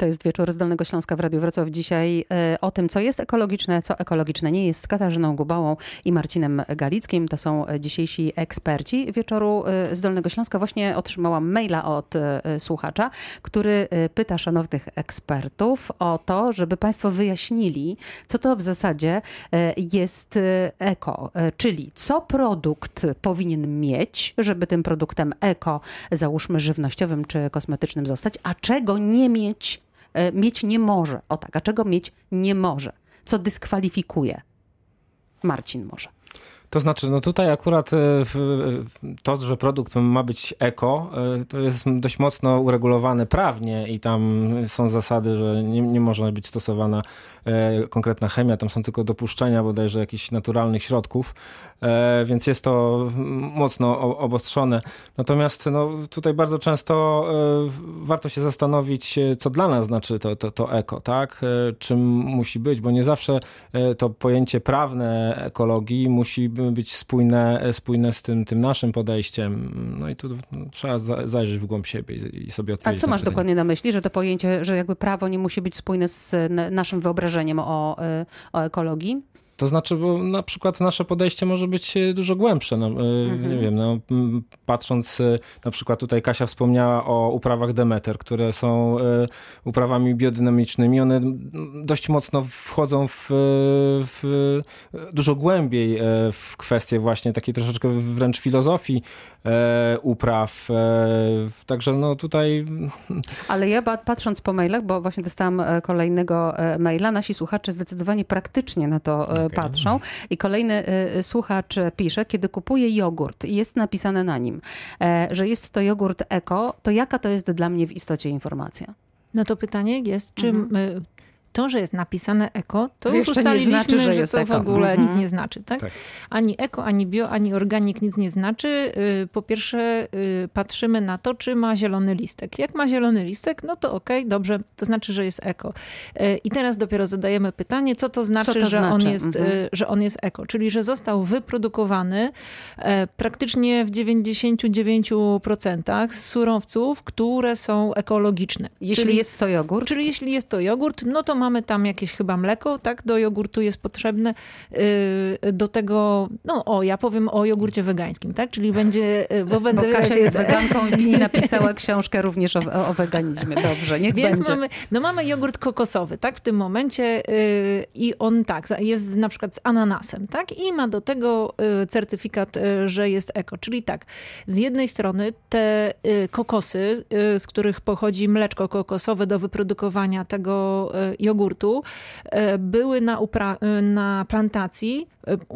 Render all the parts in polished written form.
To jest Wieczór z Dolnego Śląska w Radiu Wrocław. Dzisiaj o tym, co jest ekologiczne, co ekologiczne nie jest, z Katarzyną Gubałą i Marcinem Galickim. To są dzisiejsi eksperci Wieczoru z Dolnego Śląska. Właśnie otrzymałam maila od słuchacza, który pyta szanownych ekspertów o to, żeby państwo wyjaśnili, co to w zasadzie jest eko. Czyli co produkt powinien mieć, żeby tym produktem eko, załóżmy żywnościowym czy kosmetycznym zostać, a czego nie mieć nie może. O tak, a czego mieć nie może? Co dyskwalifikuje? Marcin może. To znaczy, no tutaj akurat to, że produkt ma być eko, to jest dość mocno uregulowane prawnie i tam są zasady, że nie może być stosowana konkretna chemia, tam są tylko dopuszczenia bodajże jakichś naturalnych środków, więc jest to mocno obostrzone. Natomiast no, tutaj bardzo często warto się zastanowić, co dla nas znaczy to eko, tak? Czym musi być, bo nie zawsze to pojęcie prawne ekologii musi być spójne z tym naszym podejściem. No i tu trzeba zajrzeć w głąb siebie i sobie odpowiedzieć. A co masz dokładnie na myśli, że to pojęcie, że jakby prawo nie musi być spójne z naszym wyobrażeniem o ekologii? To znaczy, bo na przykład nasze podejście może być dużo głębsze. No, nie wiem, no, patrząc na przykład tutaj Kasia wspomniała o uprawach Demeter, które są uprawami biodynamicznymi. One dość mocno wchodzą w dużo głębiej w kwestie właśnie takiej troszeczkę wręcz filozofii upraw. Także no tutaj... Ale ja patrząc po mailach, bo właśnie dostałam kolejnego maila, nasi słuchacze zdecydowanie praktycznie na to patrzą. I kolejny słuchacz pisze, kiedy kupuje jogurt i jest napisane na nim, że jest to jogurt eko, to jaka to jest dla mnie w istocie informacja? No to pytanie jest, czy to, że jest napisane eko, to już jeszcze nie znaczy, że jest to eko. w ogóle nic nie znaczy, tak? Ani eko, ani bio, ani organik nic nie znaczy. Po pierwsze patrzymy na to, czy ma zielony listek. Jak ma zielony listek, no to okej, dobrze, to znaczy, że jest eko. I teraz dopiero zadajemy pytanie, co to znaczy, że on jest eko. Czyli, że został wyprodukowany praktycznie w 99% z surowców, które są ekologiczne. Jeśli jest to jogurt? Czyli jeśli jest to jogurt, no to mamy tam jakieś chyba mleko, tak? Do jogurtu jest potrzebne. Do tego, ja powiem o jogurcie wegańskim, tak? Czyli będzie... Bo Kasia jest weganką i napisała książkę również o weganizmie. Dobrze, niech Więc będzie. mamy jogurt kokosowy, tak? W tym momencie i on jest na przykład z ananasem, tak? I ma do tego certyfikat, że jest eko. Czyli tak, z jednej strony te kokosy, z których pochodzi mleczko kokosowe do wyprodukowania tego jogurtu, były na plantacji,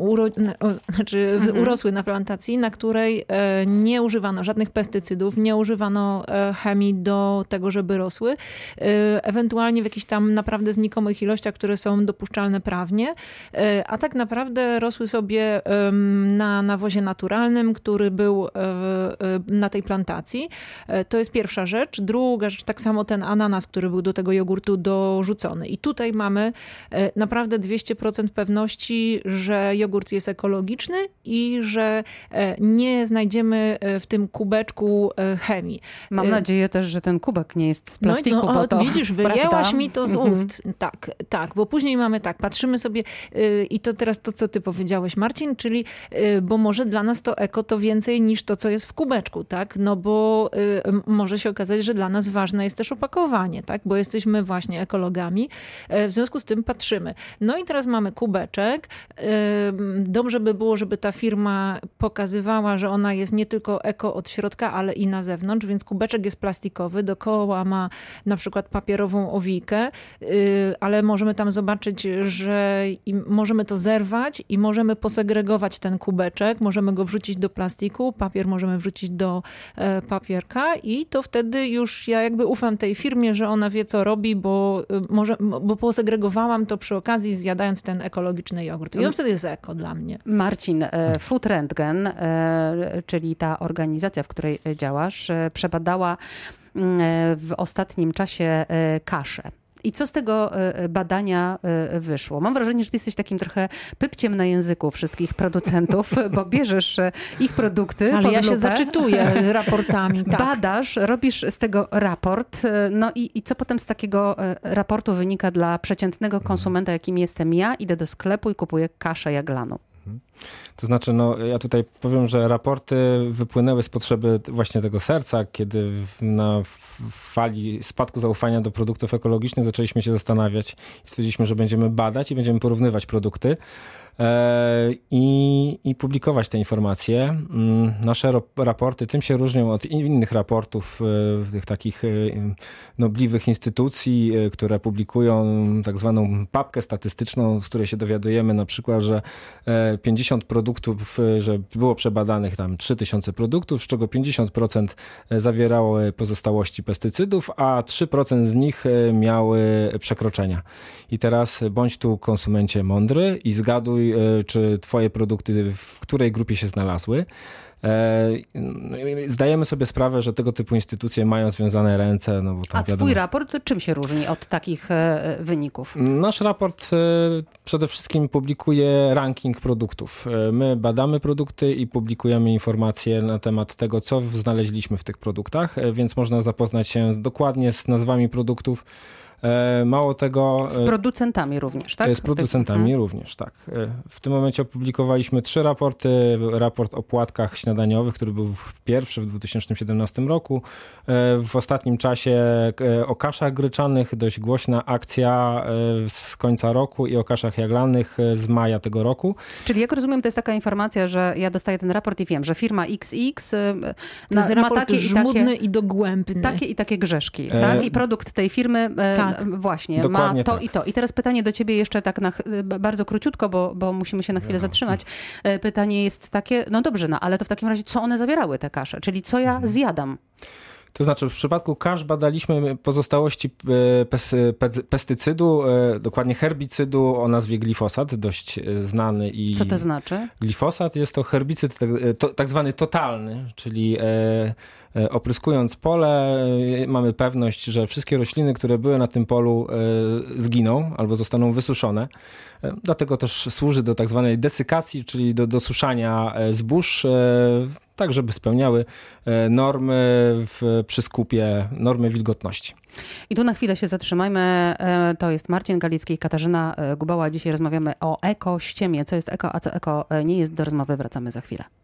urosły na plantacji, na której nie używano żadnych pestycydów, nie używano chemii do tego, żeby rosły. Ewentualnie w jakichś tam naprawdę znikomych ilościach, które są dopuszczalne prawnie, a tak naprawdę rosły sobie na nawozie naturalnym, który był na tej plantacji. To jest pierwsza rzecz. Druga rzecz, tak samo ten ananas, który był do tego jogurtu dorzucony. I tutaj mamy naprawdę 200% pewności, że jogurt jest ekologiczny i że nie znajdziemy w tym kubeczku chemii. Mam nadzieję też, że ten kubek nie jest z plastiku. Widzisz, wyjęłaś mi to z ust. Tak, bo później mamy patrzymy sobie i to teraz to, co ty powiedziałeś, Marcin, czyli bo może dla nas to eko to więcej niż to, co jest w kubeczku, tak? No bo może się okazać, że dla nas ważne jest też opakowanie, tak? Bo jesteśmy właśnie ekologami. W związku z tym patrzymy. No i teraz mamy kubeczek. Dobrze by było, żeby ta firma pokazywała, że ona jest nie tylko eko od środka, ale i na zewnątrz, więc kubeczek jest plastikowy, dookoła ma na przykład papierową owijkę, ale możemy tam zobaczyć, że możemy to zerwać i możemy posegregować ten kubeczek, możemy go wrzucić do plastiku, papier możemy wrzucić do papierka i to wtedy już ja jakby ufam tej firmie, że ona wie, co robi, bo posegregowałam to przy okazji, zjadając ten ekologiczny jogurt. I on wtedy jest eko dla mnie. Marcin, Food Rentgen, czyli ta organizacja, w której działasz, przebadała w ostatnim czasie kaszę. I co z tego badania wyszło? Mam wrażenie, że ty jesteś takim trochę pypciem na języku wszystkich producentów, bo bierzesz ich produkty. Ale ja lupę, się zaczytuję raportami. Tak. Badasz, robisz z tego raport. No i co potem z takiego raportu wynika dla przeciętnego konsumenta, jakim jestem ja? Idę do sklepu i kupuję kaszę jaglaną. To znaczy, ja tutaj powiem, że raporty wypłynęły z potrzeby właśnie tego serca, kiedy na fali spadku zaufania do produktów ekologicznych zaczęliśmy się zastanawiać i stwierdziliśmy, że będziemy badać i będziemy porównywać produkty i publikować te informacje. Nasze raporty tym się różnią od innych raportów tych takich nobliwych instytucji, które publikują tak zwaną papkę statystyczną, z której się dowiadujemy na przykład, że 50 produktów, że było przebadanych tam 3000 produktów, z czego 50% zawierało pozostałości pestycydów, a 3% z nich miały przekroczenia. I teraz bądź tu konsumencie mądry i zgaduj, czy twoje produkty w której grupie się znalazły. Zdajemy sobie sprawę, że tego typu instytucje mają związane ręce. No bo tam twój raport czym się różni od takich wyników? Nasz raport przede wszystkim publikuje ranking produktów. My badamy produkty i publikujemy informacje na temat tego, co znaleźliśmy w tych produktach, więc można zapoznać się dokładnie z nazwami produktów. Mało tego... Z producentami również, tak? Z producentami również, tak. W tym momencie opublikowaliśmy 3 raporty. Raport o płatkach śniadaniowych, który był pierwszy w 2017 roku. W ostatnim czasie o kaszach gryczanych, dość głośna akcja z końca roku i o kaszach jaglanych z maja tego roku. Czyli jak rozumiem, to jest taka informacja, że ja dostaję ten raport i wiem, że firma XX to jest raport ma takie żmudny i dogłębny. Takie i takie grzeszki, tak? I produkt tej firmy właśnie dokładnie ma to tak. i to. I teraz pytanie do ciebie jeszcze tak bardzo króciutko, bo musimy się na chwilę zatrzymać. Pytanie jest takie, no dobrze, ale to w takim razie co one zawierały, te kasze? Czyli co ja zjadam? To znaczy w przypadku kasz badaliśmy pozostałości pestycydu, dokładnie herbicydu o nazwie glifosat, dość znany. Co to znaczy? Glifosat jest to herbicyd tak zwany totalny, czyli opryskując pole mamy pewność, że wszystkie rośliny, które były na tym polu zginą albo zostaną wysuszone. Dlatego też służy do tak zwanej desykacji, czyli do dosuszania zbóż, tak żeby spełniały normy przy skupie, normy wilgotności. I tu na chwilę się zatrzymajmy. To jest Marcin Galicki i Katarzyna Gubała. Dzisiaj rozmawiamy o ekościemie. Co jest eko, a co eko nie jest. Do rozmowy wracamy za chwilę.